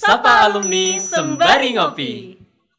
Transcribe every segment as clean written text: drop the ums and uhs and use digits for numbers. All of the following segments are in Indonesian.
Sapa alumni sembari ngopi.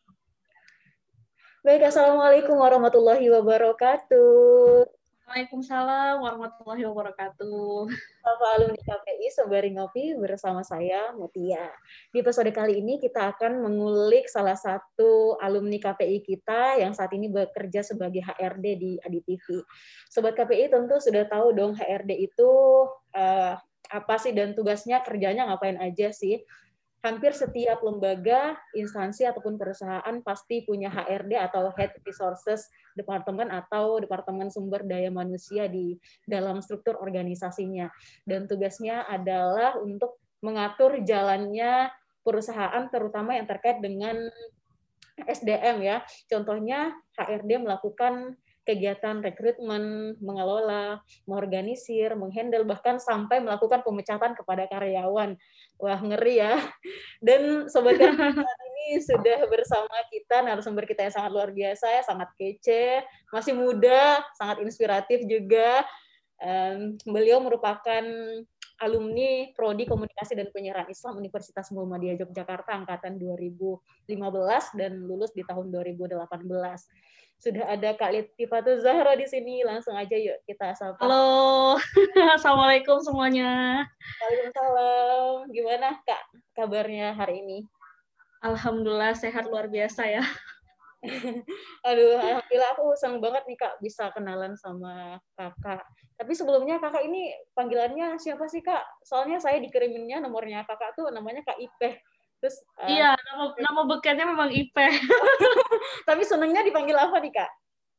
Baik, Assalamualaikum warahmatullahi wabarakatuh. Waalaikumsalam warahmatullahi wabarakatuh. Sapa alumni KPI sembari ngopi bersama saya Mutia. Di episode kali ini kita akan mengulik salah satu alumni KPI kita yang saat ini bekerja sebagai HRD di ADITV. Sobat KPI tentu sudah tahu dong HRD itu apa sih dan tugasnya, kerjanya ngapain aja sih. Hampir setiap lembaga, instansi, ataupun perusahaan pasti punya HRD atau Head Resources Department atau Departemen Sumber Daya Manusia di dalam struktur organisasinya. Dan tugasnya adalah untuk mengatur jalannya perusahaan, terutama yang terkait dengan SDM ya. Contohnya HRD melakukan kegiatan rekrutmen, mengelola, mengorganisir, menghandle, bahkan sampai melakukan pemecatan kepada karyawan. Wah, ngeri ya. Dan Sobat KPI saat ini sudah bersama kita, narasumber kita yang sangat luar biasa, ya, sangat kece, masih muda, sangat inspiratif juga. Beliau merupakan alumni Prodi Komunikasi dan Penyiaran Islam Universitas Muhammadiyah Yogyakarta angkatan 2015 dan lulus di tahun 2018. Sudah ada Kak Litifatul Zahra di sini, langsung aja yuk kita sapa. Halo, Assalamualaikum semuanya. Waalaikumsalam. Gimana Kak kabarnya hari ini? Alhamdulillah sehat luar biasa ya. Aduh, alhamdulillah aku senang banget nih Kak bisa kenalan sama Kakak. Tapi sebelumnya Kakak ini panggilannya siapa sih Kak? Soalnya saya dikiriminnya nomornya Kakak tuh namanya Kak Ipeh. Terus Iya, nama bekennya memang Ipeh. Tapi senengnya dipanggil apa nih Kak?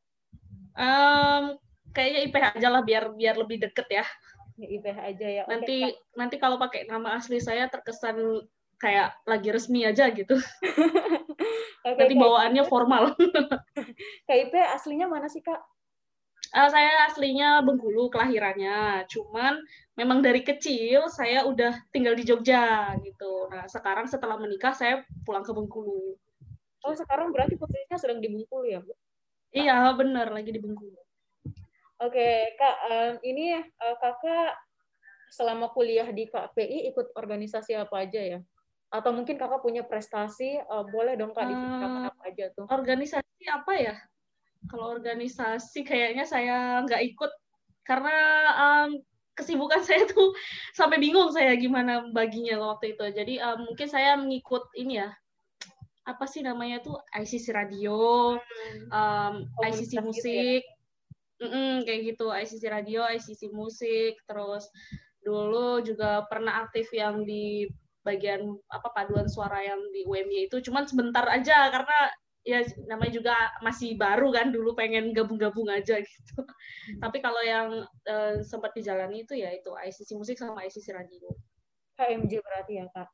Kayaknya Ipeh aja lah biar lebih deket ya. Ipeh aja ya. Nanti kalau pakai nama asli saya terkesan kayak lagi resmi aja gitu. Nanti bawaannya formal. Kak Ipeh aslinya mana sih Kak? Saya aslinya Bengkulu kelahirannya, cuman memang dari kecil saya udah tinggal di Jogja gitu. Nah sekarang setelah menikah saya pulang ke Bengkulu. Oh sekarang berarti posisinya sedang di Bengkulu ya Bu? Iya benar lagi di Bengkulu. Oke Kak, ini Kakak selama kuliah di KPI ikut organisasi apa aja ya? Atau mungkin Kakak punya prestasi, boleh dong Kak diceritakan apa aja tuh? Organisasi apa ya? Kalau organisasi kayaknya saya nggak ikut karena kesibukan saya tuh sampai bingung saya gimana baginya waktu itu. Jadi mungkin saya mengikut ini ya, apa sih namanya tuh ICC radio, ICC musik, kayak gitu, ICC radio, ICC musik, terus dulu juga pernah aktif yang di bagian apa paduan suara yang di UMY itu, cuman sebentar aja karena ya namanya juga masih baru kan, dulu pengen gabung-gabung aja gitu. Tapi kalau yang sempat dijalani itu ya itu ICC musik sama ICC radio. KMJ berarti ya Kak.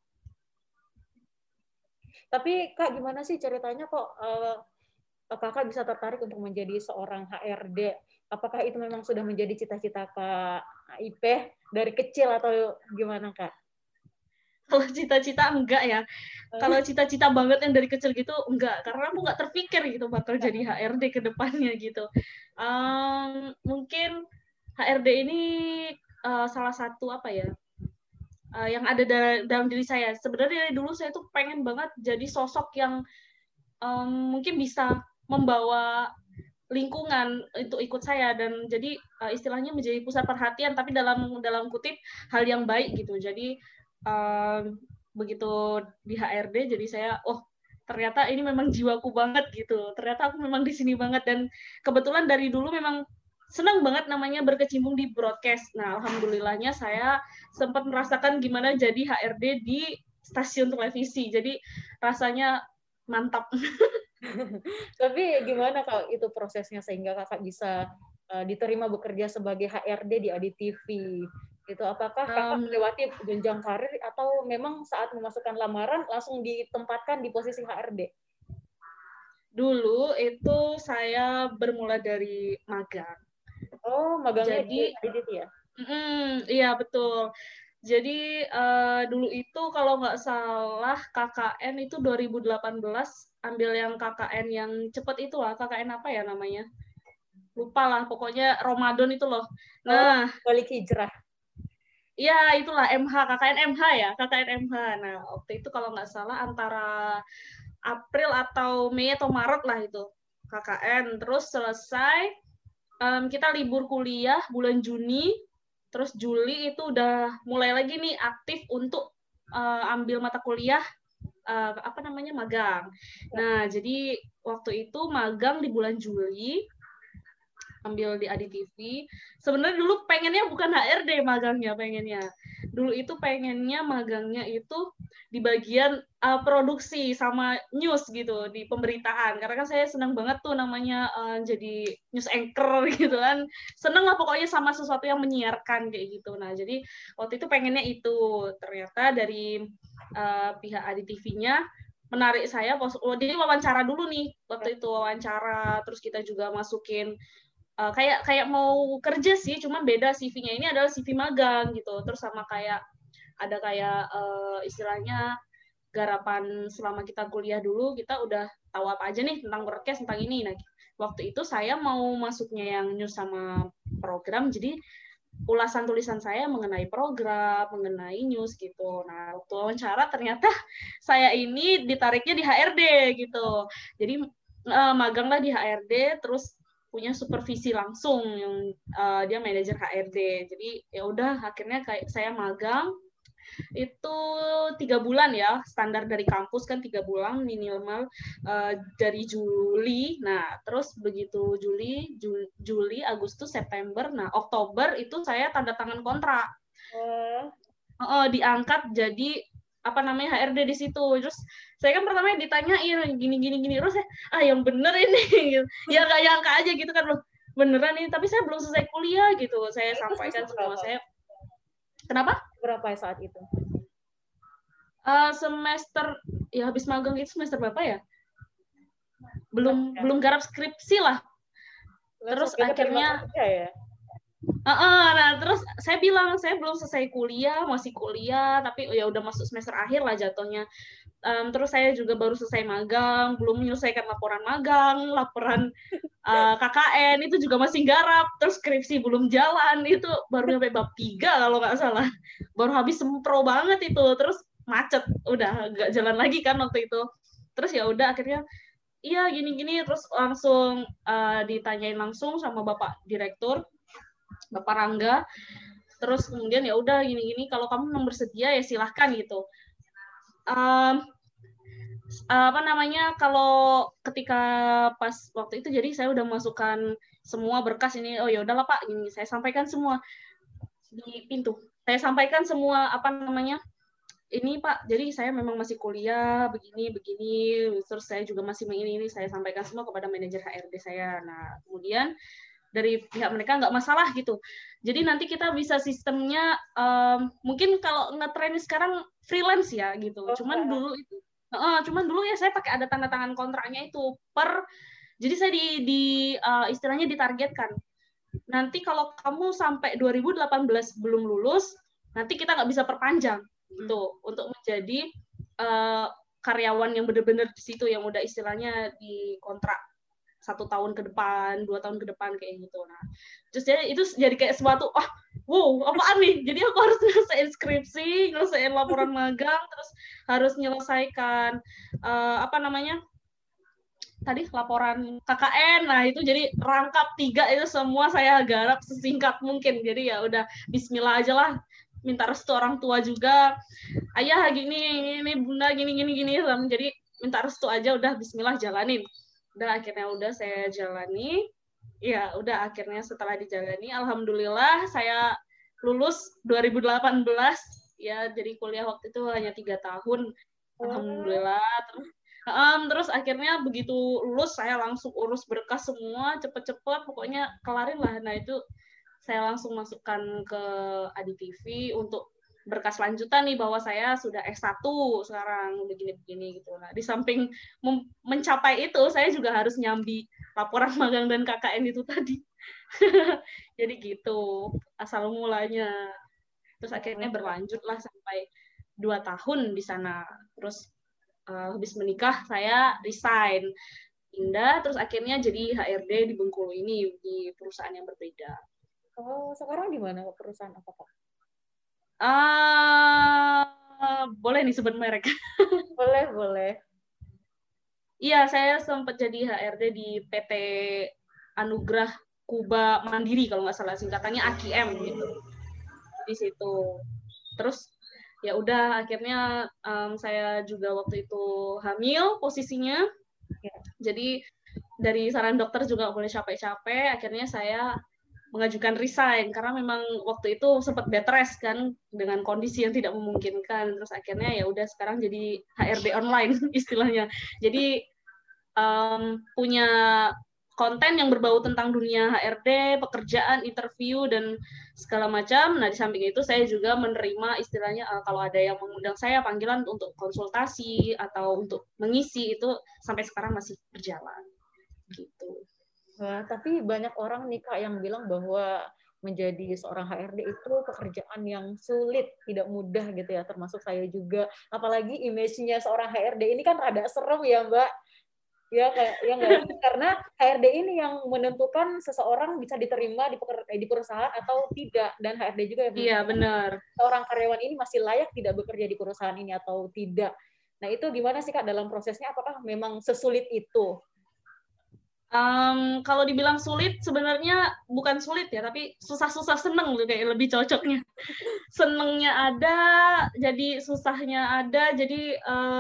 Tapi Kak gimana sih ceritanya kok Kakak bisa tertarik untuk menjadi seorang HRD? Apakah itu memang sudah menjadi cita-cita Kak Ipeh dari kecil atau gimana Kak? Kalau cita-cita enggak ya. Kalau cita-cita banget yang dari kecil gitu enggak, karena aku nggak terpikir gitu bakal jadi HRD ke depannya gitu. Mungkin HRD ini salah satu apa ya, yang ada dalam diri saya. Sebenarnya dari dulu saya tuh pengen banget jadi sosok yang mungkin bisa membawa lingkungan itu ikut saya dan jadi istilahnya menjadi pusat perhatian, tapi dalam kutip hal yang baik gitu. Jadi begitu di HRD jadi saya ternyata ini memang jiwaku banget gitu. Ternyata aku memang di sini banget dan kebetulan dari dulu memang senang banget namanya berkecimpung di broadcast. Nah, alhamdulillahnya saya sempat merasakan gimana jadi HRD di stasiun televisi. Jadi rasanya mantap. Tapi gimana kalau itu prosesnya sehingga Kakak bisa diterima bekerja sebagai HRD di ADITV? Itu apakah Kakak melewati jenjang karir atau memang saat memasukkan lamaran langsung ditempatkan di posisi HRD? Dulu itu saya bermula dari magang. Oh, magangnya di ADITV ya? Iya, betul. Jadi dulu itu kalau nggak salah KKN itu 2018 ambil yang KKN yang cepet itu lah, KKN apa ya namanya? Lupa lah, pokoknya Ramadan itu loh. Nah, balik hijrah. ya itulah MH, KKN MH ya, KKN MH. Nah, waktu itu kalau nggak salah antara April atau Mei atau Maret lah itu KKN. Terus selesai, kita libur kuliah bulan Juni, terus Juli itu udah mulai lagi nih aktif untuk ambil mata kuliah apa namanya magang. Nah, jadi waktu itu magang di bulan Juli, ambil di Adi TV. Sebenarnya dulu pengennya bukan HRD magangnya, pengennya. Dulu itu pengennya magangnya itu di bagian produksi sama news gitu, di pemberitaan. Karena kan saya senang banget tuh namanya jadi news anchor gitu kan. Seneng lah pokoknya sama sesuatu yang menyiarkan kayak gitu. Nah, jadi waktu itu pengennya itu. Ternyata dari pihak Adi TV-nya menarik saya, jadi wawancara dulu nih waktu itu, wawancara, terus kita juga masukin kayak mau kerja sih, cuman beda CV-nya ini adalah CV magang gitu. Terus sama kayak ada kayak istilahnya garapan selama kita kuliah dulu, kita udah tahu apa aja nih tentang broadcast, tentang ini. Nah, waktu itu saya mau masuknya yang news sama program, jadi ulasan tulisan saya mengenai program, mengenai news gitu. Nah, waktu wawancara ternyata saya ini ditariknya di HRD gitu. Jadi maganglah di HRD, terus punya supervisi langsung yang dia manajer HRD. Jadi ya udah akhirnya kayak saya magang itu 3 bulan ya, standar dari kampus kan 3 bulan minimal dari Juli. Nah, terus begitu Juli, Agustus, September, nah Oktober itu saya tanda tangan kontrak. Diangkat jadi apa namanya HRD di situ. Terus saya kan pertama ditanyain gini terus yang bener ini ya nggak nyangka aja gitu kan, loh beneran ini, tapi saya belum selesai kuliah gitu. Saya sampaikan semua saya. Kenapa? Berapa saat itu? Semester ya habis magang itu semester berapa ya? Belum garap skripsi lah. Terus akhirnya nah terus saya bilang saya belum selesai kuliah, masih kuliah, tapi ya udah masuk semester akhir lah jatuhnya. Terus saya juga baru selesai magang, belum menyelesaikan laporan magang, laporan KKN itu juga masih garap, terus skripsi belum jalan, itu baru sampai bab 3 kalau nggak salah. Baru habis sempro banget itu, terus macet, udah nggak jalan lagi kan waktu itu. Terus ya udah akhirnya iya gini-gini, terus langsung ditanyain langsung sama Bapak Direktur, Bapak Rangga. Terus kemudian ya udah gini-gini, kalau kamu memang bersedia ya silahkan gitu. Apa namanya, kalau ketika pas waktu itu jadi saya udah masukkan semua berkas ini, oh ya udahlah Pak, ini saya sampaikan semua di pintu. Saya sampaikan semua apa namanya, ini Pak, jadi saya memang masih kuliah begini, terus saya juga masih ini saya sampaikan semua kepada manajer HRD saya. Nah, kemudian dari pihak mereka nggak masalah gitu. Jadi nanti kita bisa sistemnya, mungkin kalau nge-trend sekarang freelance ya gitu. Cuman dulu ya saya pakai ada tanda tangan kontraknya itu jadi saya istilahnya ditargetkan. Nanti kalau kamu sampai 2018 belum lulus, nanti kita nggak bisa perpanjang gitu untuk menjadi karyawan yang benar-benar di situ, yang udah istilahnya di kontrak 1 tahun ke depan, 2 tahun ke depan kayak gitu. Nah, terus itu jadi kayak sesuatu, wow, apaan nih? Jadi aku harus nyelesain skripsi, nyelesain laporan magang, terus harus nyelesaikan apa namanya? Tadi laporan KKN. Nah, itu jadi rangkap 3 itu semua saya garap sesingkat mungkin. Jadi ya udah bismillah aja lah. Minta restu orang tua juga. Ayah gini, ini bunda gini. Jadi minta restu aja, udah bismillah jalanin. Udah akhirnya udah saya jalani. Ya udah akhirnya setelah dijalani, alhamdulillah saya lulus 2018. Ya, jadi kuliah waktu itu hanya 3 tahun. Alhamdulillah. Terus akhirnya begitu lulus saya langsung urus berkas semua cepet-cepet, pokoknya kelarin lah. Nah itu saya langsung masukkan ke Adi TV untuk berkas lanjutan nih, bahwa saya sudah S1 sekarang begini gitu. Nah di samping mencapai itu saya juga harus nyambi laporan magang dan KKN itu tadi. Jadi gitu asal mulanya. Terus akhirnya berlanjut lah sampai 2 tahun di sana. Terus habis menikah saya resign, pindah, terus akhirnya jadi HRD di Bengkulu ini, di perusahaan yang berbeda. Oh, sekarang di mana perusahaan apa Pak? Boleh nih sebut merek. Boleh. Iya, saya sempat jadi HRD di PT Anugrah Kuba Mandiri kalau nggak salah, singkatannya AKM gitu di situ. Terus ya udah akhirnya saya juga waktu itu hamil posisinya. Ya. Jadi dari saran dokter juga boleh capek-capek, akhirnya saya mengajukan resign karena memang waktu itu sempat bed rest kan dengan kondisi yang tidak memungkinkan. Terus akhirnya ya udah sekarang jadi HRD online istilahnya. Jadi punya konten yang berbau tentang dunia HRD, pekerjaan, interview, dan segala macam. Nah, di samping itu saya juga menerima istilahnya kalau ada yang mengundang saya panggilan untuk konsultasi atau untuk mengisi, itu sampai sekarang masih berjalan. Gitu. Wah, tapi banyak orang nih Kak yang bilang bahwa menjadi seorang HRD itu pekerjaan yang sulit, tidak mudah gitu ya, termasuk saya juga. Apalagi image-nya seorang HRD ini kan rada serem ya Mbak. Ya kayak ya nggak sih? Karena HRD ini yang menentukan seseorang bisa diterima di perusahaan atau tidak, dan HRD juga yang Iya, benar. seorang karyawan ini masih layak tidak bekerja di perusahaan ini atau tidak. Nah, itu gimana sih Kak dalam prosesnya, apakah memang sesulit itu? Kalau dibilang sulit, sebenarnya bukan sulit ya, tapi susah-susah seneng tuh kayak lebih cocoknya. Senengnya ada, jadi susahnya ada, jadi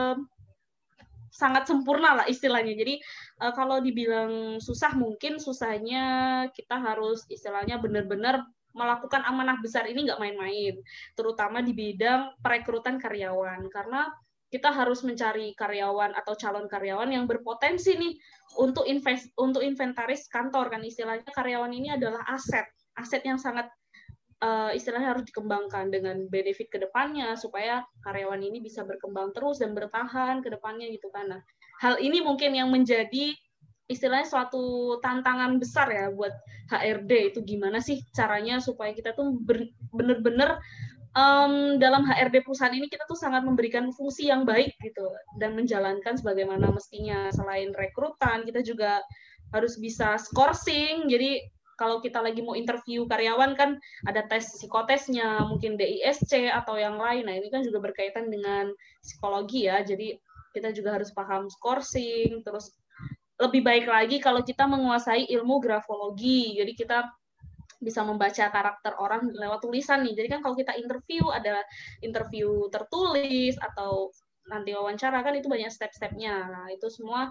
sangat sempurna lah istilahnya. Jadi kalau dibilang susah, mungkin susahnya kita harus istilahnya benar-benar melakukan amanah besar ini nggak main-main, terutama di bidang perekrutan karyawan, karena kita harus mencari karyawan atau calon karyawan yang berpotensi nih untuk inventaris kantor kan istilahnya. Karyawan ini adalah aset yang sangat istilahnya harus dikembangkan dengan benefit ke depannya supaya karyawan ini bisa berkembang terus dan bertahan ke depannya gitu kan. Nah, hal ini mungkin yang menjadi istilahnya suatu tantangan besar ya buat HRD, itu gimana sih caranya supaya kita tuh benar-benar dalam HRD perusahaan ini kita tuh sangat memberikan fungsi yang baik gitu dan menjalankan sebagaimana mestinya. Selain rekrutan, kita juga harus bisa scoring. Jadi kalau kita lagi mau interview karyawan kan ada tes psikotesnya, mungkin DISC atau yang lain. Nah, ini kan juga berkaitan dengan psikologi ya. Jadi kita juga harus paham scoring. Terus lebih baik lagi kalau kita menguasai ilmu grafologi. Jadi kita bisa membaca karakter orang lewat tulisan nih. Jadi kan kalau kita interview, ada interview tertulis atau nanti wawancara kan itu banyak step-stepnya. Nah, itu semua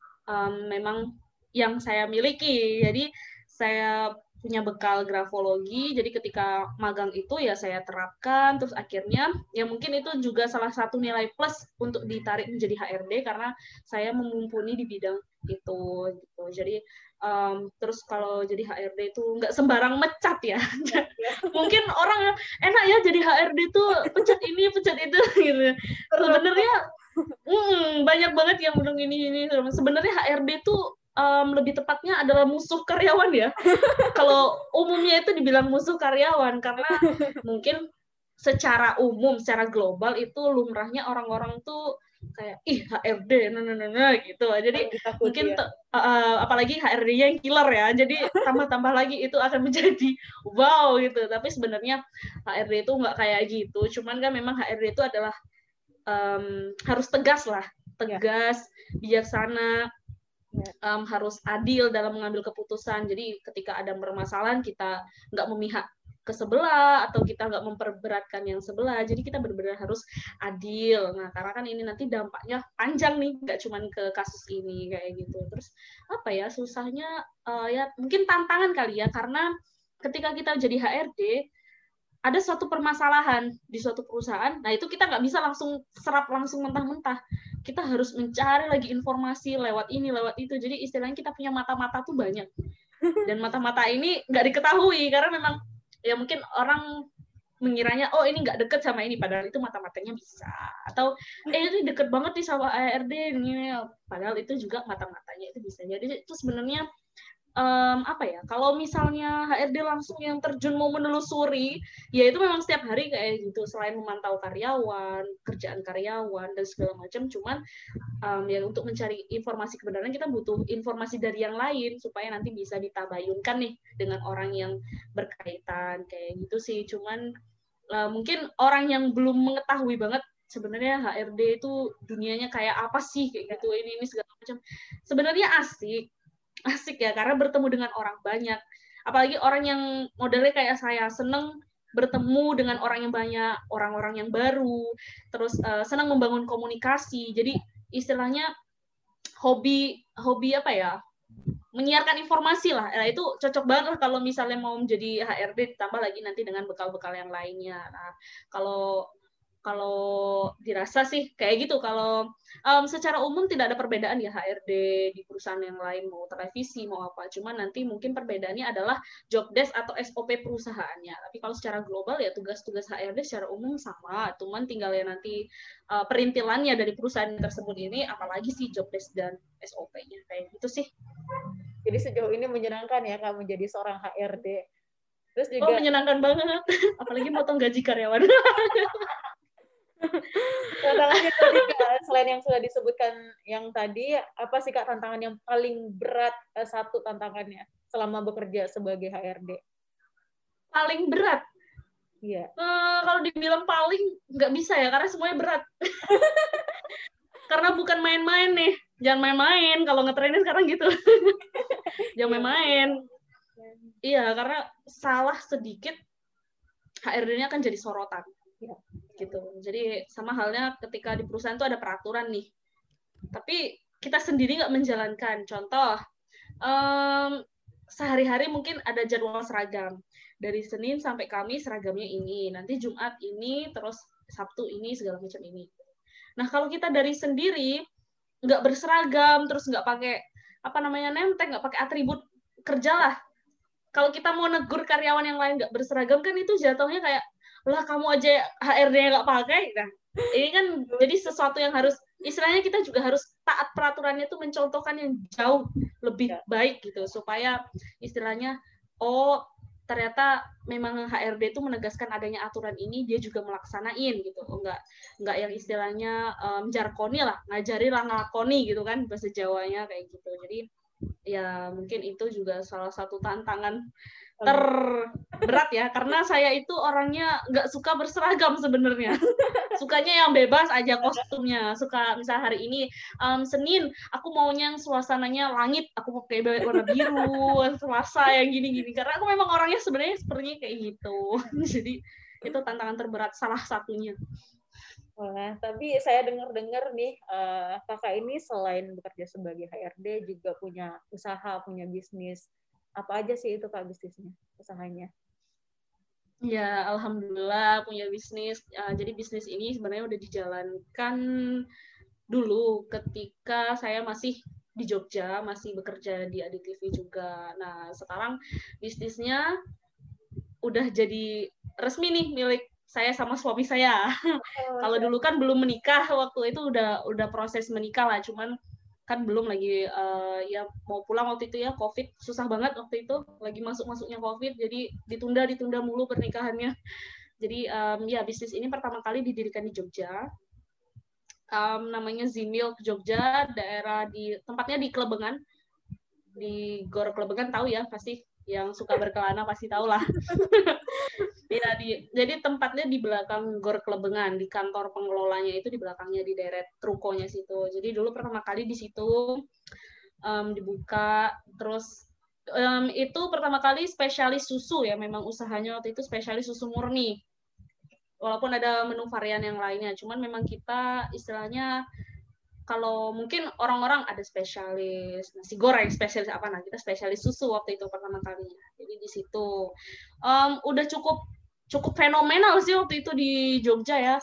memang yang saya miliki. Jadi saya punya bekal grafologi, jadi ketika magang itu ya saya terapkan, terus akhirnya ya mungkin itu juga salah satu nilai plus untuk ditarik menjadi HRD karena saya memumpuni di bidang itu gitu. Jadi terus kalau jadi HRD itu nggak sembarang mecat ya. Mungkin orang enak ya jadi HRD itu pecat ini pecat itu gitu. Sebenarnya banyak banget yang bilang ini. Sebenarnya HRD itu lebih tepatnya adalah musuh karyawan ya. Kalau umumnya itu dibilang musuh karyawan karena mungkin secara umum, secara global itu lumrahnya orang-orang tuh kayak HRD gitu. Jadi mungkin apalagi HRD-nya yang killer ya. Jadi tambah-tambah lagi itu akan menjadi wow gitu. Tapi sebenarnya HRD itu nggak kayak gitu. Cuman kan memang HRD itu adalah harus tegas lah, tegas, bijaksana, harus adil dalam mengambil keputusan. Jadi ketika ada permasalahan kita nggak memihak ke sebelah atau kita nggak memperberatkan yang sebelah. Jadi kita benar-benar harus adil. Nah, karena kan ini nanti dampaknya panjang nih, nggak cuma ke kasus ini kayak gitu. Terus apa ya susahnya ya mungkin tantangan kali ya, karena ketika kita jadi HRD ada suatu permasalahan di suatu perusahaan, nah itu kita nggak bisa langsung serap langsung mentah-mentah. Kita harus mencari lagi informasi lewat ini, lewat itu. Jadi istilahnya kita punya mata-mata tuh banyak. Dan mata-mata ini nggak diketahui, karena memang ya mungkin orang mengiranya, oh ini nggak deket sama ini, padahal itu mata-matanya bisa. Atau, ini deket banget nih sama HRD, padahal itu juga mata-matanya itu bisa. Jadi itu sebenarnya apa ya, kalau misalnya HRD langsung yang terjun mau menelusuri, ya itu memang setiap hari kayak gitu, selain memantau karyawan, kerjaan karyawan dan segala macam, cuman ya untuk mencari informasi kebenaran kita butuh informasi dari yang lain supaya nanti bisa ditabayunkan nih dengan orang yang berkaitan kayak gitu sih. Cuman mungkin orang yang belum mengetahui banget sebenarnya HRD itu dunianya kayak apa sih kayak gitu, ini segala macam. Sebenarnya asik ya, karena bertemu dengan orang banyak. Apalagi orang yang modelnya kayak saya, seneng bertemu dengan orang yang banyak, orang-orang yang baru, terus senang membangun komunikasi. Jadi istilahnya hobi apa ya, menyiarkan informasi lah. Nah, itu cocok banget lah kalau misalnya mau menjadi HRD, ditambah lagi nanti dengan bekal-bekal yang lainnya. Nah, kalau dirasa sih kayak gitu. Kalau secara umum tidak ada perbedaan ya HRD di perusahaan yang lain, mau televisi mau apa. Cuman nanti mungkin perbedaannya adalah job desk atau SOP perusahaannya. Tapi kalau secara global ya tugas-tugas HRD secara umum sama. Cuman tinggal ya nanti perintilannya dari perusahaan tersebut ini, apalagi sih job desk dan SOP-nya kayak gitu sih. Jadi sejauh ini menyenangkan ya kamu jadi seorang HRD. Terus juga menyenangkan banget. Apalagi motong gaji karyawan. Tantangannya tadi Kak, selain yang sudah disebutkan yang tadi, apa sih Kak tantangan yang paling berat, satu tantangannya selama bekerja sebagai HRD? Paling berat? Iya. Kalau dibilang paling, nggak bisa ya, karena semuanya berat. Karena bukan main-main nih. Jangan main-main, kalau nge-training sekarang gitu. Jangan main-main. Iya, karena salah sedikit, HRD-nya akan jadi sorotan. Ya. Gitu. Jadi sama halnya ketika di perusahaan itu ada peraturan nih, tapi kita sendiri nggak menjalankan. Contoh, sehari-hari mungkin ada jadwal seragam, dari Senin sampai Kamis seragamnya ini, nanti Jumat ini, terus Sabtu ini, segala macam ini. Nah kalau kita dari sendiri nggak berseragam, terus nggak pakai nemtek, nggak pakai atribut kerja lah. Kalau kita mau negur karyawan yang lain nggak berseragam, kan itu jatuhnya kayak, lah kamu aja HRD-nya nggak pakai. Nah, ini kan jadi sesuatu yang harus, istilahnya kita juga harus taat peraturannya, itu mencontohkan yang jauh lebih baik gitu, supaya istilahnya, oh ternyata memang HRD itu menegaskan adanya aturan ini, dia juga melaksanain gitu, nggak yang istilahnya jarkoni lah, ngajari lah ngelakoni gitu kan, bahasa Jawanya kayak gitu. Jadi ya mungkin itu juga salah satu tantangan terberat ya, karena saya itu orangnya nggak suka berseragam sebenarnya. Sukanya yang bebas aja kostumnya. Suka misal hari ini Senin aku maunya yang suasananya langit, aku pakai warna biru. Selasa yang gini-gini, karena aku memang orangnya sebenarnya sepertinya kayak gitu. Jadi itu tantangan terberat salah satunya. Wah, tapi saya dengar-dengar nih, kakak ini selain bekerja sebagai HRD juga punya usaha, punya bisnis. Apa aja sih itu Kak bisnisnya, usahanya? Ya, alhamdulillah punya bisnis. Jadi bisnis ini sebenarnya udah dijalankan dulu ketika saya masih di Jogja, masih bekerja di ADTV juga. Nah, sekarang bisnisnya udah jadi resmi nih milik saya sama suami saya. Kalau dulu kan belum menikah, waktu itu udah proses menikah lah, cuman kan belum lagi ya mau pulang waktu itu ya, COVID susah banget waktu itu, lagi masuknya COVID, jadi ditunda mulu pernikahannya. Jadi ya bisnis ini pertama kali didirikan di Jogja, namanya Zimilk Jogja, tempatnya di Klebengan, di Gor Klebengan, tahu ya pasti, yang suka berkelana pasti tahu lah. Ya, jadi tempatnya di belakang Gor Klebengan, di kantor pengelolanya itu di belakangnya, di deret rukonya situ. Jadi dulu pertama kali di situ dibuka, terus itu pertama kali spesialis susu ya, memang usahanya waktu itu spesialis susu murni. Walaupun ada menu varian yang lainnya, cuman memang kita istilahnya, kalau mungkin orang-orang ada spesialis nasi goreng, spesialis apa, nah kita spesialis susu waktu itu pertama kalinya. Jadi di situ udah cukup fenomenal sih waktu itu di Jogja ya.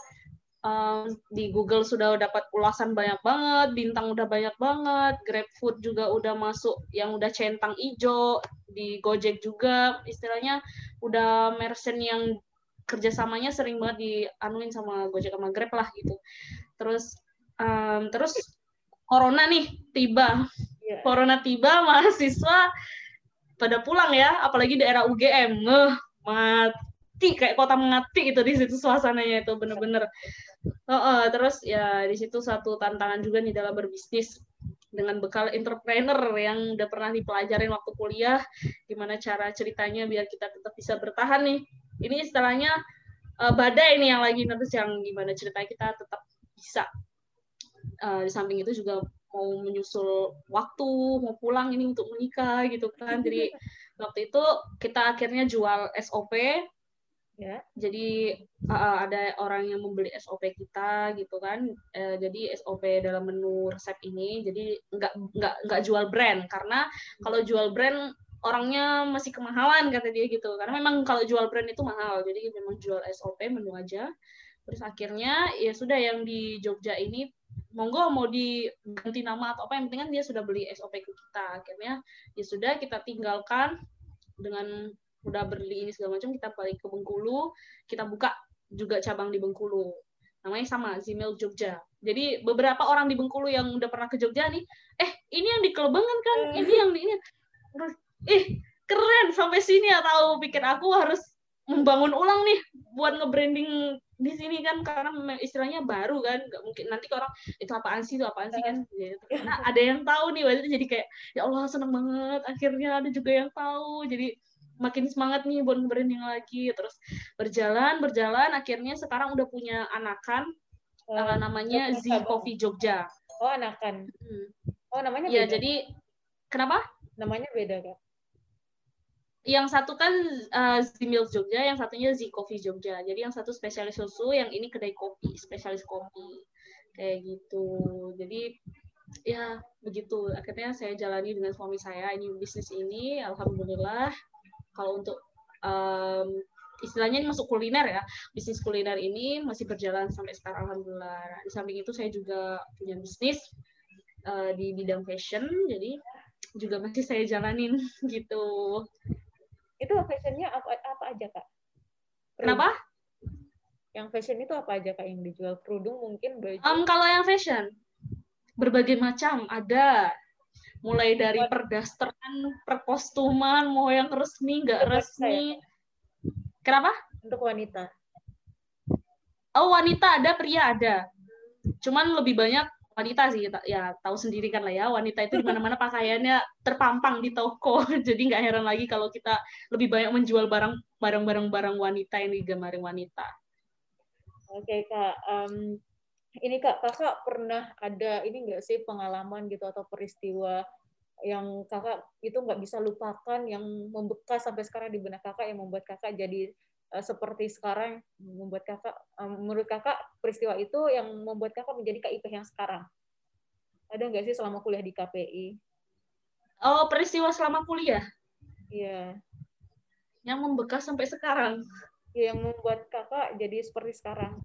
Di Google sudah dapat ulasan banyak banget, bintang udah banyak banget, GrabFood juga udah masuk yang udah centang ijo, di Gojek juga istilahnya udah merchant yang kerjasamanya sering banget dianuin sama Gojek sama Grab lah gitu. Terus Corona nih tiba. Yeah. Corona tiba, mahasiswa pada pulang ya, apalagi daerah UGM. Mati, kayak kota mati itu di situ suasananya itu bener-bener. Terus ya di situ satu tantangan juga nih dalam berbisnis, dengan bekal entrepreneur yang udah pernah dipelajarin waktu kuliah, gimana cara ceritanya biar kita tetap bisa bertahan nih. Ini istilahnya badai nih yang lagi nerjang, gimana ceritanya kita tetap bisa. Di samping itu juga mau menyusul waktu, mau pulang ini untuk menikah gitu kan. Jadi waktu itu kita akhirnya jual SOP. Ya. Jadi ada orang yang membeli SOP kita gitu kan. Jadi SOP dalam menu resep ini, jadi nggak jual brand, karena kalau jual brand orangnya masih kemahalan kata dia gitu. Karena memang kalau jual brand itu mahal. Jadi memang jual SOP menu aja. Terus akhirnya ya sudah yang di Jogja ini monggo mau diganti nama atau apa, yang penting kan dia sudah beli SOP ke kita. Akhirnya ya sudah kita tinggalkan dengan udah beli ini segala macam, kita balik ke Bengkulu, kita buka juga cabang di Bengkulu. Namanya sama, Zimil Jogja. Jadi beberapa orang di Bengkulu yang udah pernah ke Jogja nih, ini yang di Kelebengan kan, ini yang di ini. Keren, sampai sini ya tahu, pikir aku harus membangun ulang nih buat nge-branding di sini kan, karena istilahnya baru kan, nggak mungkin nanti orang itu apaan sih kan gitu. Karena ada yang tahu nih waktu itu, jadi kayak ya Allah seneng banget akhirnya ada juga yang tahu, jadi makin semangat nih buat branding lagi. Terus berjalan akhirnya sekarang udah punya anakan, namanya Z Coffee Jogja. Oh, anakan. Oh, namanya beda. Ya, jadi kenapa? Namanya beda, Kak. Yang satu kan Z Milk Jogja, yang satunya Z Coffee Jogja. Jadi yang satu spesialis susu, yang ini kedai kopi, spesialis kopi. Kayak gitu. Jadi ya begitu. Akhirnya saya jalani dengan suami saya ini bisnis ini, alhamdulillah. Kalau untuk istilahnya ini masuk kuliner ya, bisnis kuliner ini masih berjalan sampai sekarang, alhamdulillah. Nah, di samping itu saya juga punya bisnis di bidang fashion, jadi juga masih saya jalanin gitu. Itu fashionnya apa aja, Kak? Kenapa? Yang fashion itu apa aja, Kak, yang dijual? Kerudung mungkin, baju? Kalau yang fashion berbagai macam ada. Mulai dari perdasteran, perkostuman, mau yang resmi, nggak resmi. Kenapa? Untuk wanita. Oh, wanita ada, pria ada. Cuman lebih banyak wanita sih, ya tahu sendiri kan lah ya, wanita itu di mana-mana pakaiannya terpampang di toko. Jadi nggak heran lagi kalau kita lebih banyak menjual barang-barang wanita yang digemarin wanita. Oke, Kak. Ini Kak, kakak pernah ada ini nggak sih pengalaman gitu atau peristiwa yang kakak itu nggak bisa lupakan, yang membekas sampai sekarang di benak kakak, yang membuat kakak jadi seperti sekarang, membuat kakak, menurut kakak peristiwa itu yang membuat kakak menjadi Kak Ipeh yang sekarang? Ada nggak sih selama kuliah di KPI? Oh, peristiwa selama kuliah? Iya. Yang membekas sampai sekarang? Ya, yang membuat kakak jadi seperti sekarang?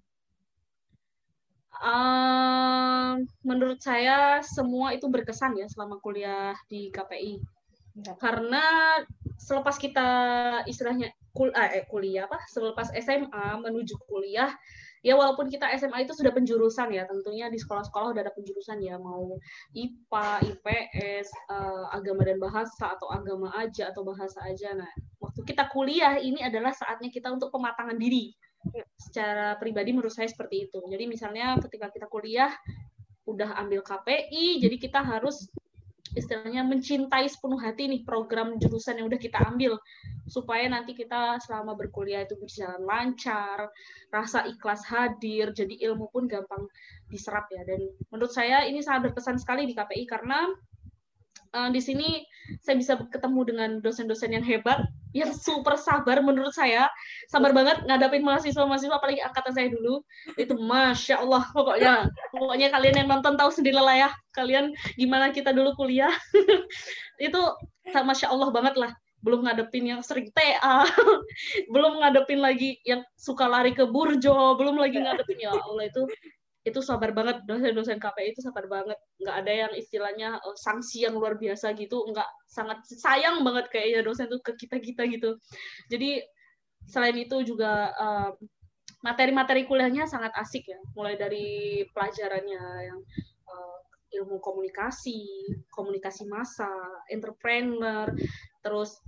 Menurut saya semua itu berkesan ya selama kuliah di KPI. Ya. Karena selepas kita istilahnya kuliah selepas SMA menuju kuliah, ya walaupun kita SMA itu sudah penjurusan ya, tentunya di sekolah-sekolah udah ada penjurusan ya, mau IPA, IPS, agama dan bahasa, atau agama aja atau bahasa aja. Nah, waktu kita kuliah ini adalah saatnya kita untuk pematangan diri. Secara pribadi menurut saya seperti itu. Jadi misalnya ketika kita kuliah udah ambil KPI, jadi kita harus istilahnya mencintai sepenuh hati nih program jurusan yang udah kita ambil, supaya nanti kita selama berkuliah itu berjalan lancar, rasa ikhlas hadir, jadi ilmu pun gampang diserap ya. Dan menurut saya ini sangat berkesan sekali di KPI, karena di sini saya bisa ketemu dengan dosen-dosen yang hebat, yang super sabar. Menurut saya sabar banget ngadapin mahasiswa-mahasiswa, apalagi angkatan saya dulu itu Masya Allah. Pokoknya kalian yang nonton tahu sendiri lah ya, kalian gimana kita dulu kuliah. Itu Masya Allah banget lah. Belum ngadepin yang sering TA, belum ngadepin lagi yang suka lari ke burjo, belum lagi ngadepin, ya Allah, itu sabar banget. Dosen-dosen KPI itu sabar banget, nggak ada yang istilahnya sanksi yang luar biasa gitu, nggak, sangat sayang banget kayaknya dosen itu ke kita gitu. Jadi selain itu juga materi-materi kuliahnya sangat asik ya, mulai dari pelajarannya yang ilmu komunikasi massa, entrepreneur, terus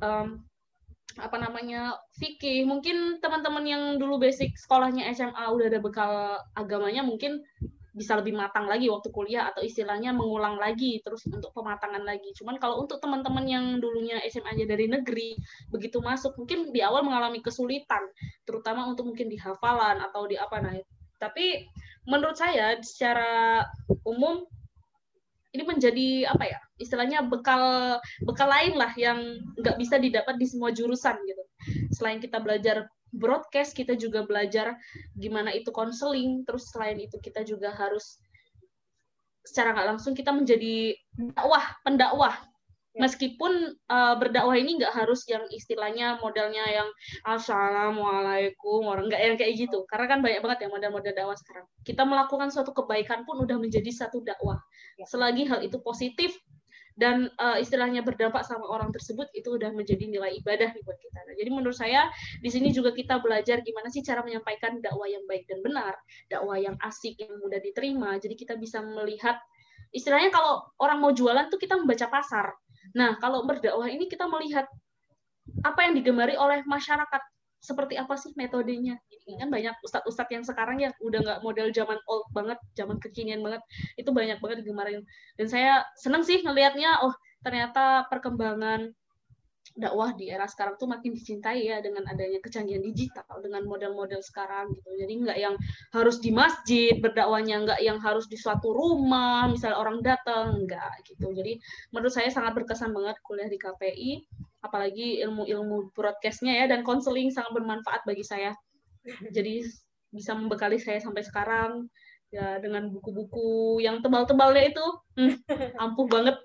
fikih. Mungkin teman-teman yang dulu basic sekolahnya SMA udah ada bekal agamanya, mungkin bisa lebih matang lagi waktu kuliah, atau istilahnya mengulang lagi terus untuk pematangan lagi. Cuman kalau untuk teman-teman yang dulunya SMA-nya dari negeri, begitu masuk mungkin di awal mengalami kesulitan, terutama untuk mungkin di hafalan atau di apa. Nah, tapi menurut saya secara umum ini menjadi apa ya, istilahnya bekal lain lah yang nggak bisa didapat di semua jurusan gitu. Selain kita belajar broadcast, kita juga belajar gimana itu konseling, terus selain itu kita juga harus secara nggak langsung kita menjadi pendakwah. Meskipun berdakwah ini nggak harus yang istilahnya modelnya yang assalamualaikum, orang nggak yang kayak gitu. Karena kan banyak banget ya model-model dakwah sekarang. Kita melakukan suatu kebaikan pun udah menjadi satu dakwah. Selagi hal itu positif dan istilahnya berdampak sama orang tersebut, itu udah menjadi nilai ibadah nih buat kita. Nah, jadi menurut saya di sini juga kita belajar gimana sih cara menyampaikan dakwah yang baik dan benar, dakwah yang asik, yang mudah diterima. Jadi kita bisa melihat, istilahnya kalau orang mau jualan tuh kita membaca pasar. Nah, kalau berdakwah ini kita melihat apa yang digemari oleh masyarakat, seperti apa sih metodenya. Ini kan banyak ustadz-ustadz yang sekarang ya udah nggak model zaman old banget, zaman kekinian banget, itu banyak banget digemarin. Dan saya senang sih ngelihatnya, oh ternyata perkembangan dakwah di era sekarang tuh makin dicintai ya dengan adanya kecanggihan digital, dengan model-model sekarang gitu. Jadi nggak yang harus di masjid berdakwahnya, nggak yang harus di suatu rumah misalnya orang datang, nggak gitu. Jadi menurut saya sangat berkesan banget kuliah di KPI, apalagi ilmu-ilmu broadcast-nya ya, dan konseling sangat bermanfaat bagi saya. Jadi bisa membekali saya sampai sekarang ya, dengan buku-buku yang tebal-tebalnya itu ampuh banget.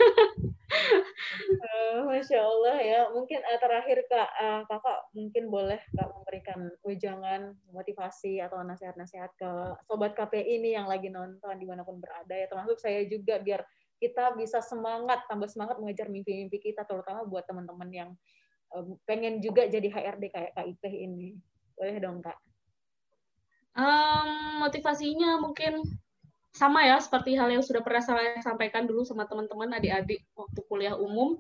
Masya Allah ya. Mungkin terakhir Kak, Kakak mungkin boleh Kak memberikan wejangan, motivasi atau nasihat-nasihat ke Sobat KPI ini yang lagi nonton dimanapun berada ya, termasuk saya juga, biar kita bisa semangat, tambah semangat mengejar mimpi-mimpi kita, terutama buat teman-teman yang pengen juga jadi HRD kayak Kak Ipeh ini. Boleh dong Kak? Motivasinya mungkin sama ya, seperti hal yang sudah pernah saya sampaikan dulu sama teman-teman adik-adik waktu kuliah umum.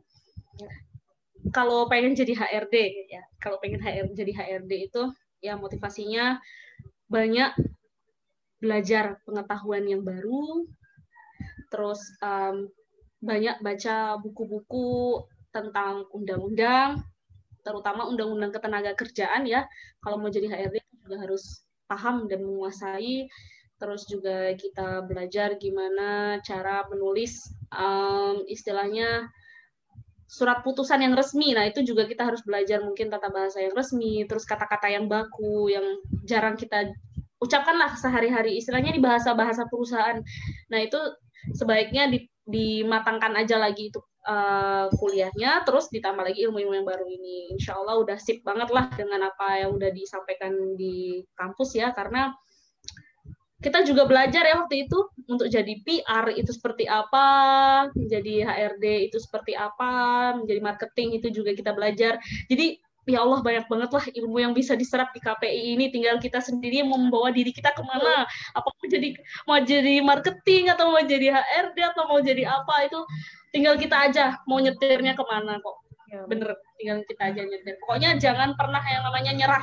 Kalau pengen jadi HRD ya, kalau pengen jadi HRD itu ya motivasinya banyak belajar pengetahuan yang baru, terus banyak baca buku-buku tentang undang-undang, terutama undang-undang ketenaga kerjaan ya. Kalau mau jadi HRD juga harus paham dan menguasai. Terus juga kita belajar gimana cara menulis istilahnya surat putusan yang resmi. Nah, itu juga kita harus belajar mungkin tata bahasa yang resmi, terus kata-kata yang baku, yang jarang kita ucapkanlah sehari-hari, istilahnya di bahasa-bahasa perusahaan. Nah, itu sebaiknya dimatangkan aja lagi itu kuliahnya, terus ditambah lagi ilmu-ilmu yang baru ini. Insya Allah udah sip banget lah dengan apa yang udah disampaikan di kampus ya, karena kita juga belajar ya waktu itu untuk jadi PR itu seperti apa, jadi HRD itu seperti apa, menjadi marketing itu juga kita belajar. Jadi ya Allah banyak banget lah ilmu yang bisa diserap di KPI ini, tinggal kita sendiri yang membawa diri kita kemana, apa mau jadi marketing atau mau jadi HRD atau mau jadi apa, itu tinggal kita aja mau nyetirnya kemana kok. Bener, tinggal kita aja nyetir. Pokoknya jangan pernah yang namanya nyerah.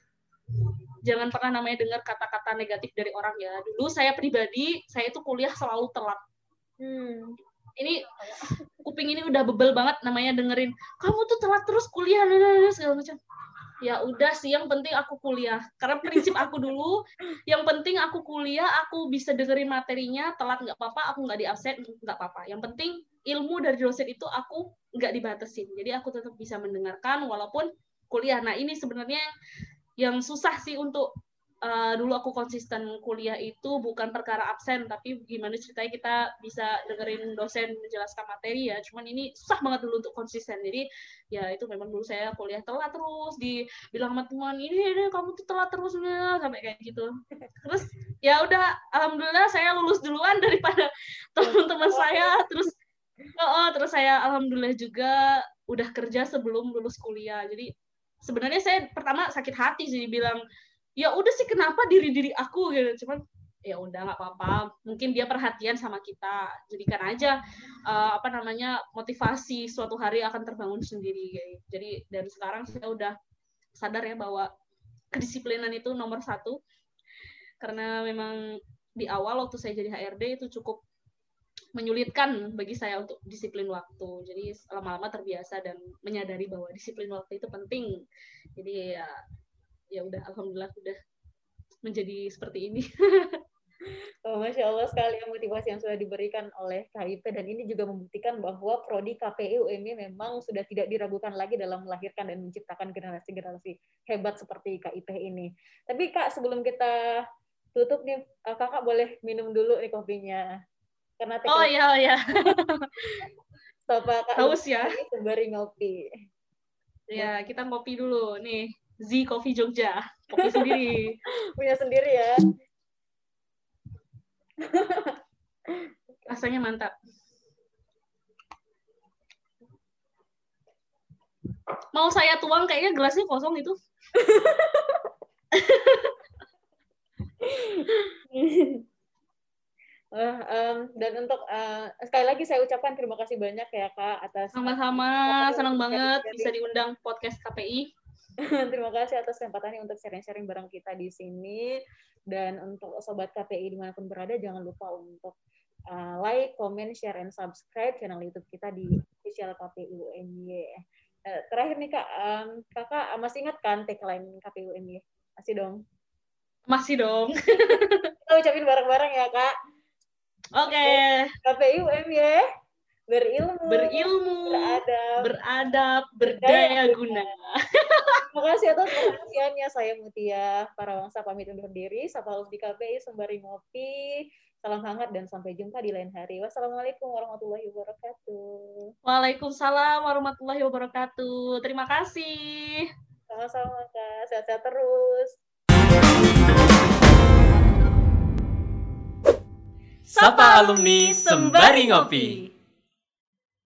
Jangan pernah namanya dengar kata-kata negatif dari orang ya. Dulu saya pribadi, saya itu kuliah selalu telat. Ini kuping ini udah bebel banget namanya dengerin, kamu tuh telat terus kuliah, segala macam. Ya udah sih, yang penting aku kuliah. Karena prinsip aku dulu, yang penting aku kuliah, aku bisa dengerin materinya, telat nggak apa-apa, aku nggak di absen, nggak apa-apa. Yang penting ilmu dari dosen itu aku nggak dibatasin. Jadi aku tetap bisa mendengarkan walaupun kuliah. Nah ini sebenarnya yang susah sih untuk dulu aku konsisten kuliah itu bukan perkara absen, tapi gimana ceritanya kita bisa dengerin dosen menjelaskan materi ya. Cuman ini susah banget dulu untuk konsisten. Jadi ya itu memang dulu saya kuliah telat terus, dibilang sama teman, ini kamu tuh telat terus sampai kayak gitu. Terus ya udah, alhamdulillah saya lulus duluan daripada teman-teman saya. Terus saya alhamdulillah juga udah kerja sebelum lulus kuliah. Jadi sebenarnya saya pertama sakit hati sih, dibilang ya udah sih kenapa diri aku gitu, cuman ya udah nggak apa-apa, mungkin dia perhatian sama kita, jadikan aja motivasi suatu hari akan terbangun sendiri gitu. Jadi dari sekarang saya udah sadar ya bahwa kedisiplinan itu nomor 1, karena memang di awal waktu saya jadi HRD itu cukup menyulitkan bagi saya untuk disiplin waktu. Jadi lama-lama terbiasa dan menyadari bahwa disiplin waktu itu penting. Jadi ya udah, alhamdulillah udah menjadi seperti ini. Oh, Masya Allah sekali motivasi yang sudah diberikan oleh KIP, dan ini juga membuktikan bahwa Prodi KPI UMY memang sudah tidak diragukan lagi dalam melahirkan dan menciptakan generasi-generasi hebat seperti KIP ini. Tapi Kak, sebelum kita tutup nih, Kakak boleh minum dulu nih kopinya. Karena Oh iya. Sapa Kak, haus ya. Sembari ngopi. Ya, kita ngopi dulu nih. Z Coffee Jogja. Kopi sendiri. Punya sendiri ya. Rasanya mantap. Mau saya tuang, kayaknya gelasnya kosong itu. Dan untuk sekali lagi saya ucapkan terima kasih banyak ya Kak atas. Sama-sama, senang banget bisa diundang podcast KPI. Terima kasih atas kesempatannya untuk sharing-sharing bareng kita di sini. Dan untuk sobat KPI dimanapun berada, jangan lupa untuk like, comment, share, and subscribe channel YouTube kita di official KPI UMY. Terakhir nih Kak, Kakak masih ingat kan tagline KPI UMY? Masih dong? Masih dong. Kita ucapin bareng-bareng ya Kak. Oke. KPI UMY, berilmu, beradab, berdaya guna. Terima kasih atas perhatiannya. Saya Mutia Parawangsa pamit undur diri. Sapa halus di KPI sembari ngopi. Salam hangat dan sampai jumpa di lain hari. Wassalamualaikum warahmatullahi wabarakatuh. Waalaikumsalam warahmatullahi wabarakatuh. Terima kasih. Sama-sama Kak. Sehat-sehat terus. Sapa alumni sembari ngopi.